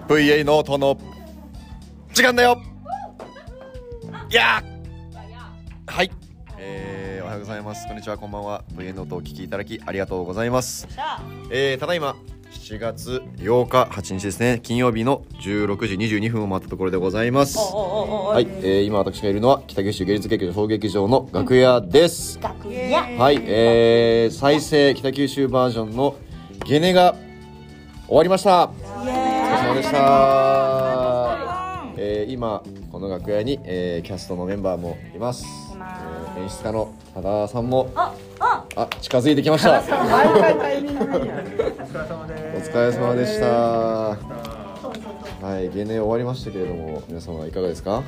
VA ノートの時間だよ。いやー、はい、おはようございます。こんにちは、こんばんは。VA ノートをお聞きいただきありがとうございます。ただいま7月8日8日ですね、金曜日の16時22分を回ったところでございます。はい、今私がいるのは北九州芸術劇場小劇場の楽屋です。 楽屋。 はい、再生北九州バージョンのゲネが終わりました。お疲れ様でした。今この楽屋に、キャストのメンバーもいます。演出家の多田さんも近づいてきました。お疲れ様でした。はい、ゲネ終わりましたけれども、皆様いかがですか？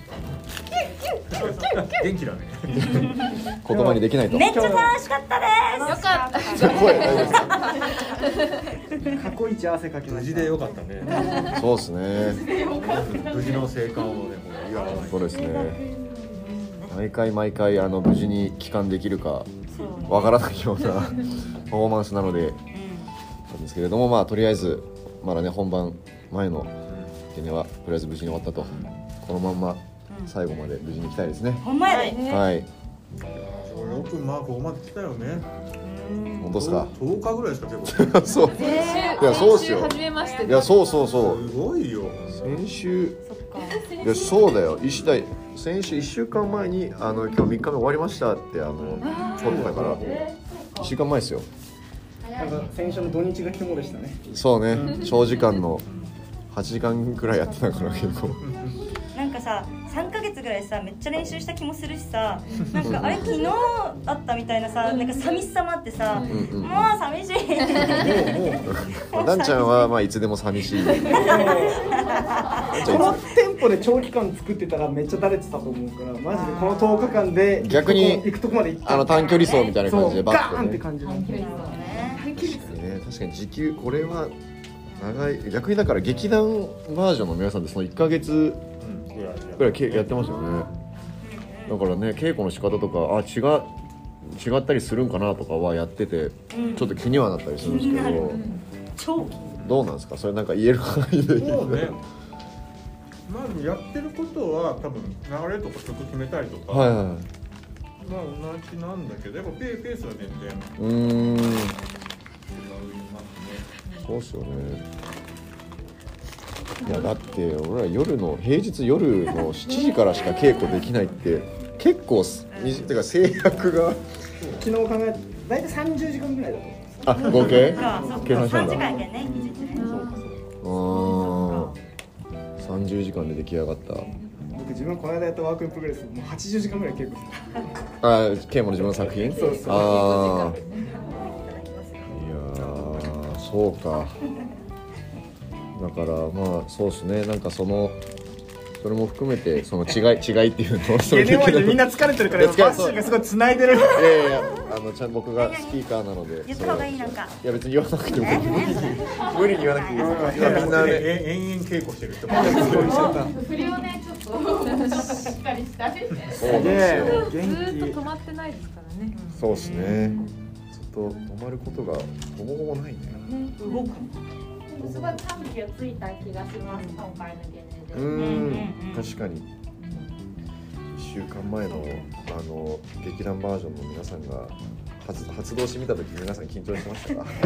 元気だね。 言葉にできないと。 めっちゃ楽しかったです。 よかった。 声大丈夫ですか？ 過去一汗かきました。無事でよかったね。 そうですね。 無事の生還をね、 そうですね。毎回無事に帰還できるかわからないようなパフォーマンスなのでなんですけれども、まあとりあえずまだね本番前のゲネはとりあえず無事に終わったと。このまんま最後まで無事に行きたいですね。 ほんまやで。 はい。 よくまあここまで来たよね。 本当ですか ？10日ぐらいしか結構そう、いやそうっすよ。 初めまして。 いやそうすごいよ。 先週いやそうだよ。先週1週間前に今日3日目終わりましたって撮ってたから1週間前ですよ。 なんか先週の土日が肝でしたね。 そうね、長時間の8時間くらいやってたから結構なんかさ、3ヶ月ぐらいさめっちゃ練習した気もするしさ、なんかあれ昨日あったみたいなさ、なんか寂しさもあってさ、もう寂しい。 ダンちゃんはまあいつでも寂しい。 このテンポで長期間作ってたらめっちゃだれてたと思うから、マジでこの10日間で逆に行くとこまで行った短距離走みたいな感じでバッガーンっとね。 て感じなんで。 確かに時給これは長い。逆にだから劇団バージョンの皆さんってその1ヶ月ぐらいやってますよね。だからね、稽古の仕方とか違ったりするんかなとかはやってて、ちょっと気にはなったりするんですけど、どうなんですか？それなんか言える範囲で。 そうね。まあやってることは多分流れとか曲決めたりとか、 はいはい。 まあ同じなんだけど、やっぱペースは全然違いますね。 そうっすよね。いやだって俺ら平日夜の7時からしか稽古できないって結構てか制約が昨日考えて大体30時間ぐらいだと思う。 合計計算したんだ。 3時間やけんね。 30時間で出来上がった。 僕自分この間やったワークインプログレスもう80時間ぐらい稽古してた。 ケイモの自分の作品。 そういやそうか。だからまあそうですね、なんかそれも含めてその違いっていうのをゲネ終わりでみんな疲れてるから、ファッションがすごい繋いでる。 いやちゃんと僕がスピーカーなので言った方がいいなんか。 いや別に言わなくても無理に言わなくていいです。今みんなね延々稽古してる人も振りをねちょっとしっかりしたい。 そうなんですよ。 ずーっと止まってないですからね。 そうですね。ずっと止まることがほぼほぼないね。 動く。 すごい緩急がついた気がします、今回のゲネで。 確かに1週間前の劇団バージョンの皆さんが発動してみたとき皆さん緊張してましたか？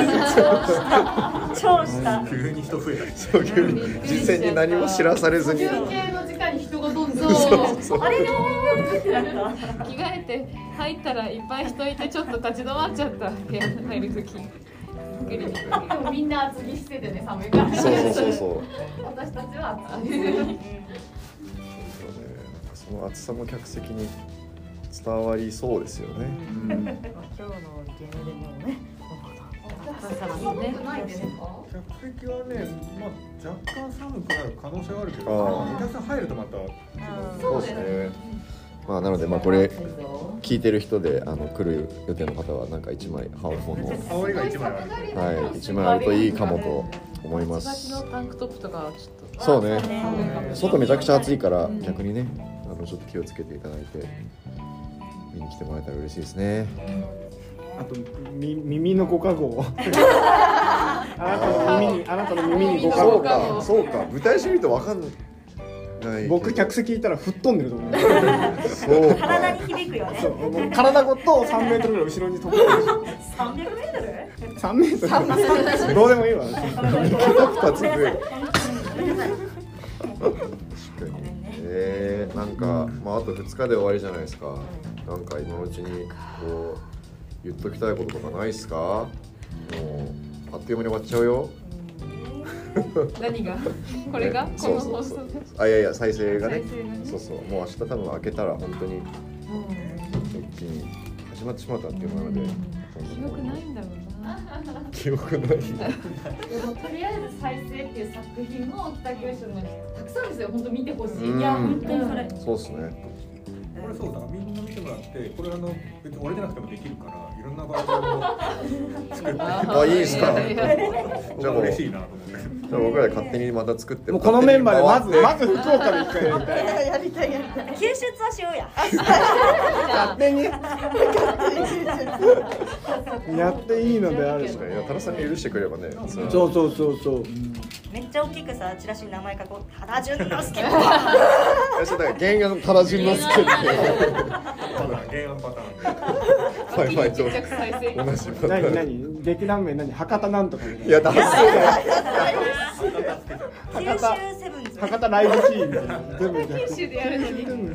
超した急に人増えたり。 そう急に実際に何も知らされずに休憩の時間に人がどんどんあれよーってなった。 着替えて入ったらいっぱい人いてちょっと立ち止まっちゃった。部屋に入る時でもみんな厚着しててね、寒いから。 そう私たちは暑い。 その暑さも客席に伝わりそうですよね。 今日のゲネでもね、 寒くないですか？ 客席はね、まあ若干寒くなる可能性はあるけど、お客さん入るとまたそうですね。まあなのでこれ聞いてる人で来る予定の方はなんか1枚羽織るものを、 羽織が1枚ある。 はい1枚あるといいかもと思います。 のタンクトップとかはちょっとそうね。外めちゃくちゃ暑いから逆にねちょっと気をつけていただいて見に来てもらえたら嬉しいですね。 あと耳のご加護をあなたの耳にごそう感かそうか舞台してみると分かんない。 僕客席いたら吹っ飛んでると思う。 そうか体に響くよね。 そうもう体ごと3メートルぐらい後ろに飛ぶ。 300メートル 3メートルどうでもいいわ。 一発増える。確かに。なんか、まあ、あと2日で終わりじゃないですか。なんか今のうちにこう言っときたいこととかないっすか？もうあっという間に終わっちゃうよ。 何がこれがこの放送で。 あ、いやいや再生がね。 再生がねそうそう、もう明日多分開けたら本当に一気に始まってしまったっていうのなので。 記憶ないんだろうな。 記憶ない。 でもとりあえず再生っていう作品を北九州のたくさんですよ。本当見てほしい。 いや本当にそれ。 そうっすね。 これそうだ、みんな見てもらって、これ別に俺じゃなくてもできるから、いろんなバージョンを作って。 あ、いいですか。 じゃあ嬉しいなと思って。 じゃあ僕ら勝手にまた作って。 もうこのメンバーでまず福岡で一回やりたい。 やりたい。九州ツアーしようや。 勝手にやっていいのである。 確かに、多田さんが許してくればね。 そうそうそうそう。 めっちゃ大きくさ、チラシに名前書こう。多田淳之介。 そうだから原案の多田淳之介って。 原案パターンで。 ファイファイと再生同じパターン。 何劇団名何博多なんとかみたいな。 いやダッセ九州セブンズ。 博多ライブシーンみたいな。全部九州でやるのに。 そうね。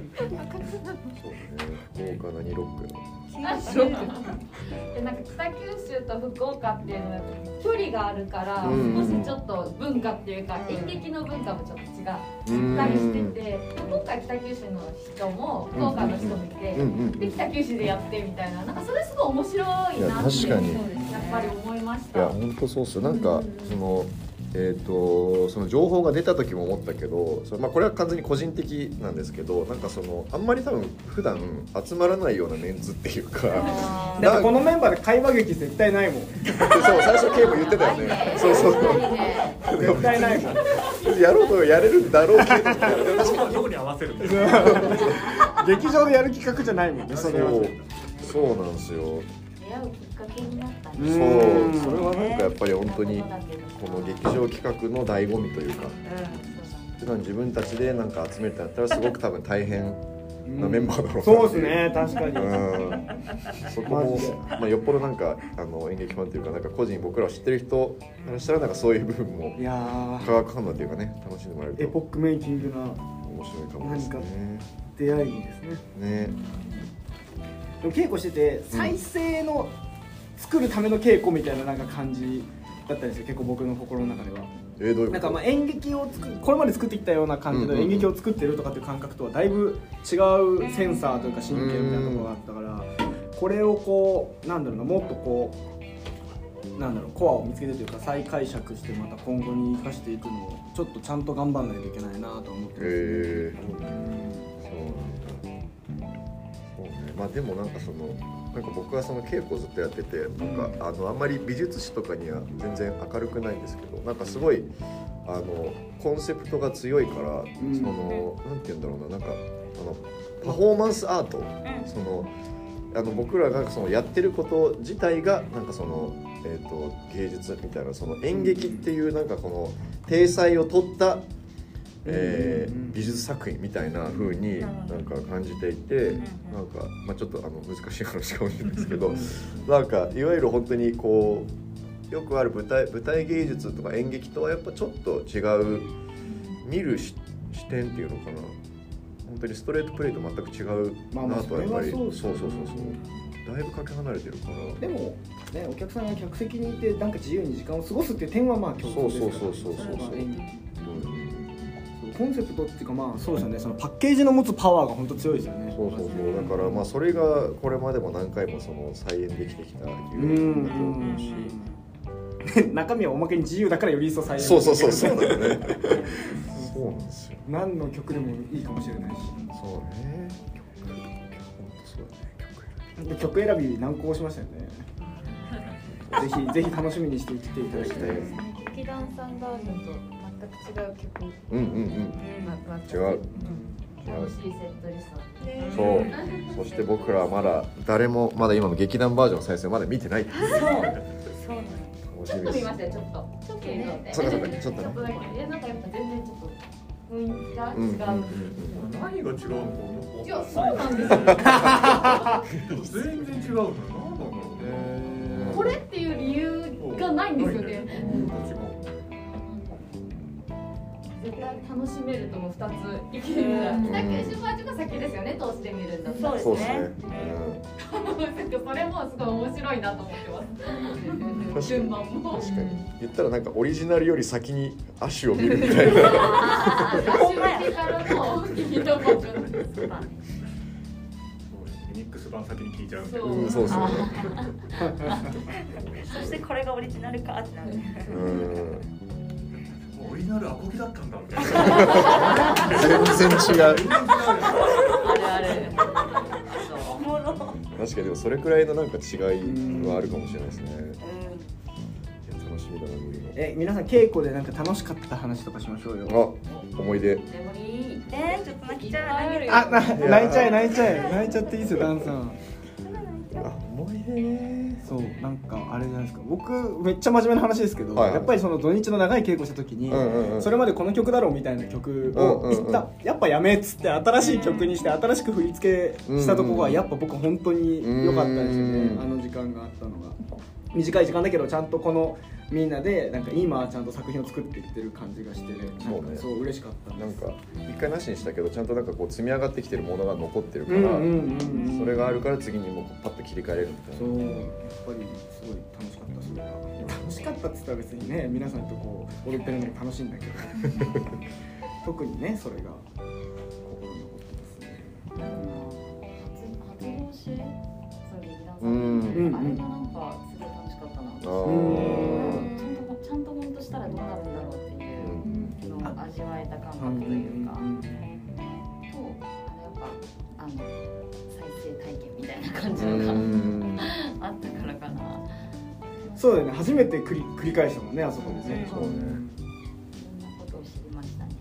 豪華な2ロックの。 でなんか北九州と福岡っていうのは距離があるからうん少しちょっと文化っていうか演劇の文化もちょっと違ったりしてて、今回北九州の人も福岡の人もいて、で北九州でやってみたいな、なんかそれすごい面白いなっていや確かにやっぱり思いましいやた。 本当そうっすよ。なんかそのその情報が出た時も思ったけど、まあ、これは完全に個人的なんですけど、なんかそのあんまり多分普段集まらないようなメンズっていうか、 だってこのメンバーで会話劇絶対ないもん。 そう最初ケイも言ってたよね。そうそう絶対ないもん。 やろうとやれるんだろうけど、確かにどこに合わせるんですか。 劇場でやる企画じゃないもんね。それは。 そうなんですよ。 出会うきっかけになったそう、それはなんかやっぱり本当にこの劇場企画の醍醐味というか、普段自分たちでなんか集めるってなったらすごく多分大変なメンバーだろうな。 そうですね、確かに。 そこもまあよっぽどなんか演劇ファンというか、なんか個人僕らを知ってる人からしたらなんかそういう部分もいや化学反応というかね、楽しんでもらえるとエポックメイキングな面白いかもですね。 出会いですね。 ね。 でも稽古してて再生の作るための稽古みたいななんか感じだったんですよ、結構僕の心の中では。 どういうこと？ なんかまあ演劇をこれまで作ってきたような感じで演劇を作ってるとかっていう感覚とはだいぶ違うセンサーというか神経みたいなところがあったから、これをこうなんだろうな、もっとこうなんだろうコアを見つけてというか再解釈してまた今後に生かしていくのをちょっとちゃんと頑張らないといけないなと思ってます。 そうなんだ。そうね。まあでもなんかなんか僕はその稽古をずっとやってて、なんかあんまり美術史とかには全然明るくないんですけど、なんかすごいコンセプトが強いから、なんて言うんだろうな、なんかパフォーマンスアート、僕らがやってること自体がなんか芸術みたいな、演劇っていうなんかこの体裁を取った美術作品みたいな風になんか感じていて、なんか、まあ、ちょっと難しい話かもしれないですけど、なんかいわゆる本当にこうよくある舞台芸術とか演劇とはやっぱちょっと違う見る視点っていうのかな、本当にストレートプレイと全く違うなとはやっぱり、そうだいぶかけ離れてるから。でもね、お客さんが客席にいてなんか自由に時間を過ごすっていう点はまあ共通ですから。そうコンセプトっていうか、まあそうですよね、そのパッケージの持つパワーが本当強いですよね。そうだからまあそれがこれまでも何回も再現できてきた理由だと思うし、中身はおまけに自由だからより一層再現できる。そうなんだよね。そうなんですよ。何の曲でもいいかもしれないし。そうね。曲選び難航しましたよね。ぜひ楽しみにしてきていただきたいですね。 劇団さんバージョンと全く違う曲。違う。楽しいセットリスト。そう。そして僕らはまだ誰もまだ今の劇団バージョンの再生まだ見てない。そう。楽ちょっと見ましたよ、ちょっと映像で。 そうかそうか、ちょっとね。 ちょっとだけなんかやっぱ全然ちょっと雰囲気が違う。 何が違うのかいや、そうなんですよ。 全然違うのよ。なんだろう。 これっていう理由がないんですよね。絶対楽しめるとも2ついける。北九州バージョンが先ですよね、通してみるんだったら。 そうですね。 それもすごい面白いなと思ってます。順番も。 確かに言ったらなんかオリジナルより先にアシュを見るみたいな。 ほんまや。からの君のバージョンです。 リミックス版先に聞いちゃう。 そうそう。 そしてこれがオリジナルかってなる。 オリジナルアコギだったんだみたいな。 全然違う。 ある。 確かにでもそれくらいのなんか違いはあるかもしれないですね。楽しみだな見るの。 皆さん稽古でなんか楽しかった話とかしましょうよ。 あ、思い出。 ちょっと泣きちゃう。 泣いちゃっていいですよ、ダンさん。 思い出ね。 そう、なんかあれじゃないですか。僕めっちゃ真面目な話ですけど、やっぱりその土日の長い稽古した時に、それまでこの曲だろうみたいな曲を一旦やっぱやめっつって新しい曲にして新しく振り付けしたところがやっぱ僕本当に良かったですよね。あの時間があったのが短い時間だけどちゃんとこのみんなでなんか今ちゃんと作品を作っていってる感じがしてね、そう嬉しかったです。 なんか一回なしにしたけどちゃんとなんかこう積み上がってきてるものが残ってるから、それがあるから次にもうパッと切り替えれるみたいな。 そう、やっぱりすごい楽しかったそれが。楽しかったって言ったら別にね、皆さんとこう踊ってるのも楽しいんだけど特にねそれが心に残ってますね。 初帽子、そう劇団さん、あれがなんかすごい楽しかったな。ちゃんと本当したらどうなるんだろうっていうのを味わえた感覚というか、とやっぱ再生体験みたいな感じのがあったからかな。 そうだよね、初めて繰り返したもんね、あそこでね。 そうね。 いろんなことを知りましたね。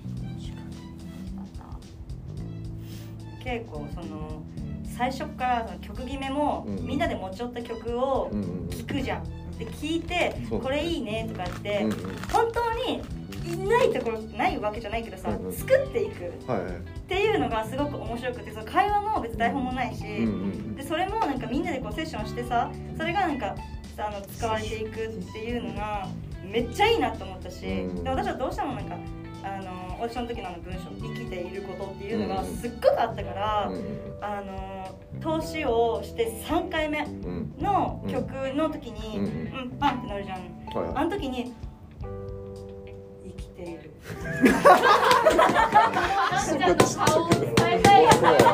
稽古その最初から曲決めもみんなで持ち寄った曲を聴くじゃん。で聞いてこれいいねとかって本当にいないところないわけじゃないけどさ、作っていくっていうのがすごく面白くて、その会話も別に台本もないし、でそれもなんかみんなでこうセッションしてさ、それがなんか使われていくっていうのがめっちゃいいなと思ったし、で私はどうしてもなんかオーディションの時の文章「生きていること」っていうのがすっごくあったから、投資をして3回目の曲の時にパンってなるじゃん。あの時に生きているちゃんと顔を伝えたい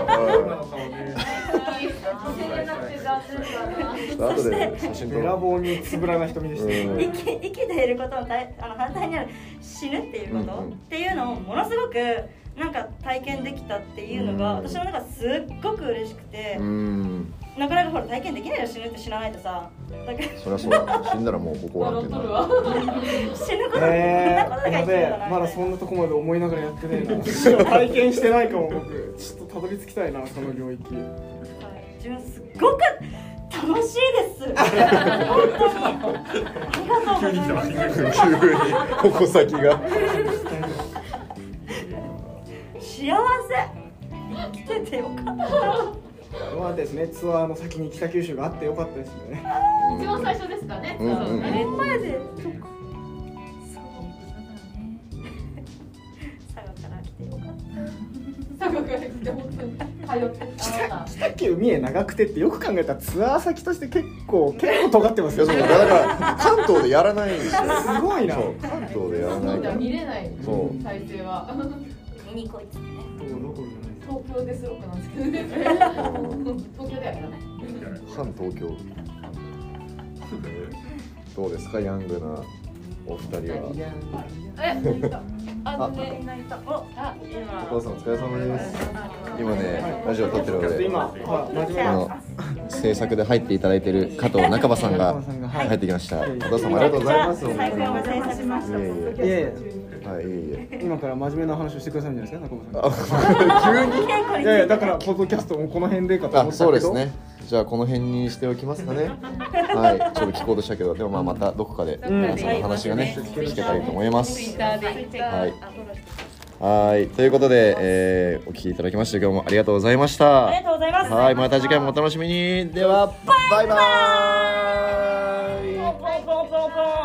後で写真撮べらぼうにつぶらな瞳でした。 生きていることの反対にある死ぬっていうことっていうのをものすごくなんか体験できたっていうのが私の中すっごく嬉しくて、なかなかほら体験できないよ、死ぬって知らないとさ。だからそりゃそうだ、死んだらもうここは死ぬことこんなことが生きてるんだな。 まだそんなとこまで思いながらやってねえな。死を体験してないかも僕。ちょっとたどり着きたいな、その領域。 自分すっごく楽しいです本当にありがとうございます。 急に矛先が幸せ生きててよかった。 まあですね、ツアーの先に北九州があってよかったですね。 一番最初ですかね。 2年前で佐賀から来てよかった。 佐賀から来て本当に通って北九三重長久手ってよく考えたらツアー先として結構尖ってますよね。 だから関東でやらないんですよ。 すごいな。 関東でやらないから。 見れない再生は。 見に来いっつってね。 東京ですロックなんですけどね。東京ではやらない。 反東京。どうですか、ヤングなお二人は。お父さんお疲れ様です。今ね、ラジオ撮ってるので、制作で入っていただいている加藤中馬さんが入ってきました。お父さんありがとうございます。 最高の制作しました。 はい、いえいえ。 今から真面目な話をしてくださるんじゃないですか、中馬さん。急に。いやいや、だからポッドキャストもこの辺でかと思ったけど。 そうですね。 じゃあこの辺にしておきますかね。はい、ちょっと聞こうとしたけど、でもまあまたどこかで皆さんの話がね聞けたらいいと思います。はい、ということで、お聞きいただきまして今日もありがとうございました。 ありがとうございます。 はい、また次回もお楽しみに。ではバイバーイ。 ポンポンポンポン。